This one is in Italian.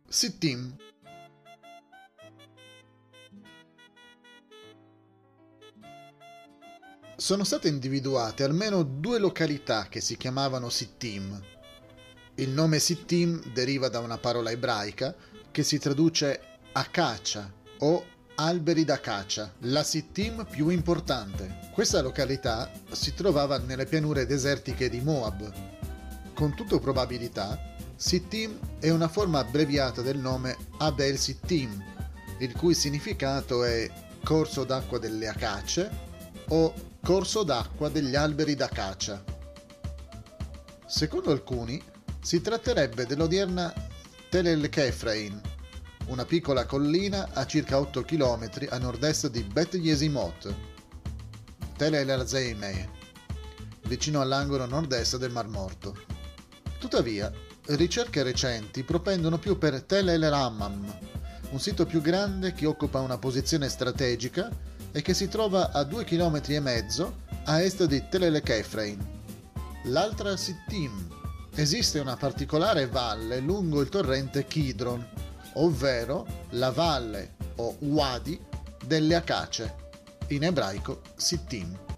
Sittim. Sono state individuate almeno due località che si chiamavano Sittim. Il nome Sittim deriva da una parola ebraica che si traduce acacia o alberi d'acacia, la Sittim più importante. Questa località si trovava nelle pianure desertiche di Moab. Con tutta probabilità, Sittim è una forma abbreviata del nome Abel Sittim, il cui significato è corso d'acqua delle acace o corso d'acqua degli alberi d'acacia. Secondo alcuni, si tratterebbe dell'odierna Tel el-Kefrain, una piccola collina a circa 8 km a nord-est di Bet Yesimot, Tel el-Arzeimeh, vicino all'angolo nord-est del Mar Morto. Tuttavia, ricerche recenti propendono più per Tel el-Hammam, un sito più grande che occupa una posizione strategica e che si trova a 2,5 km a est di Tel el-Kefrain. L'altra Sittim. Esiste una particolare valle lungo il torrente Kidron, ovvero la valle o Wadi delle Acace, in ebraico Sittim.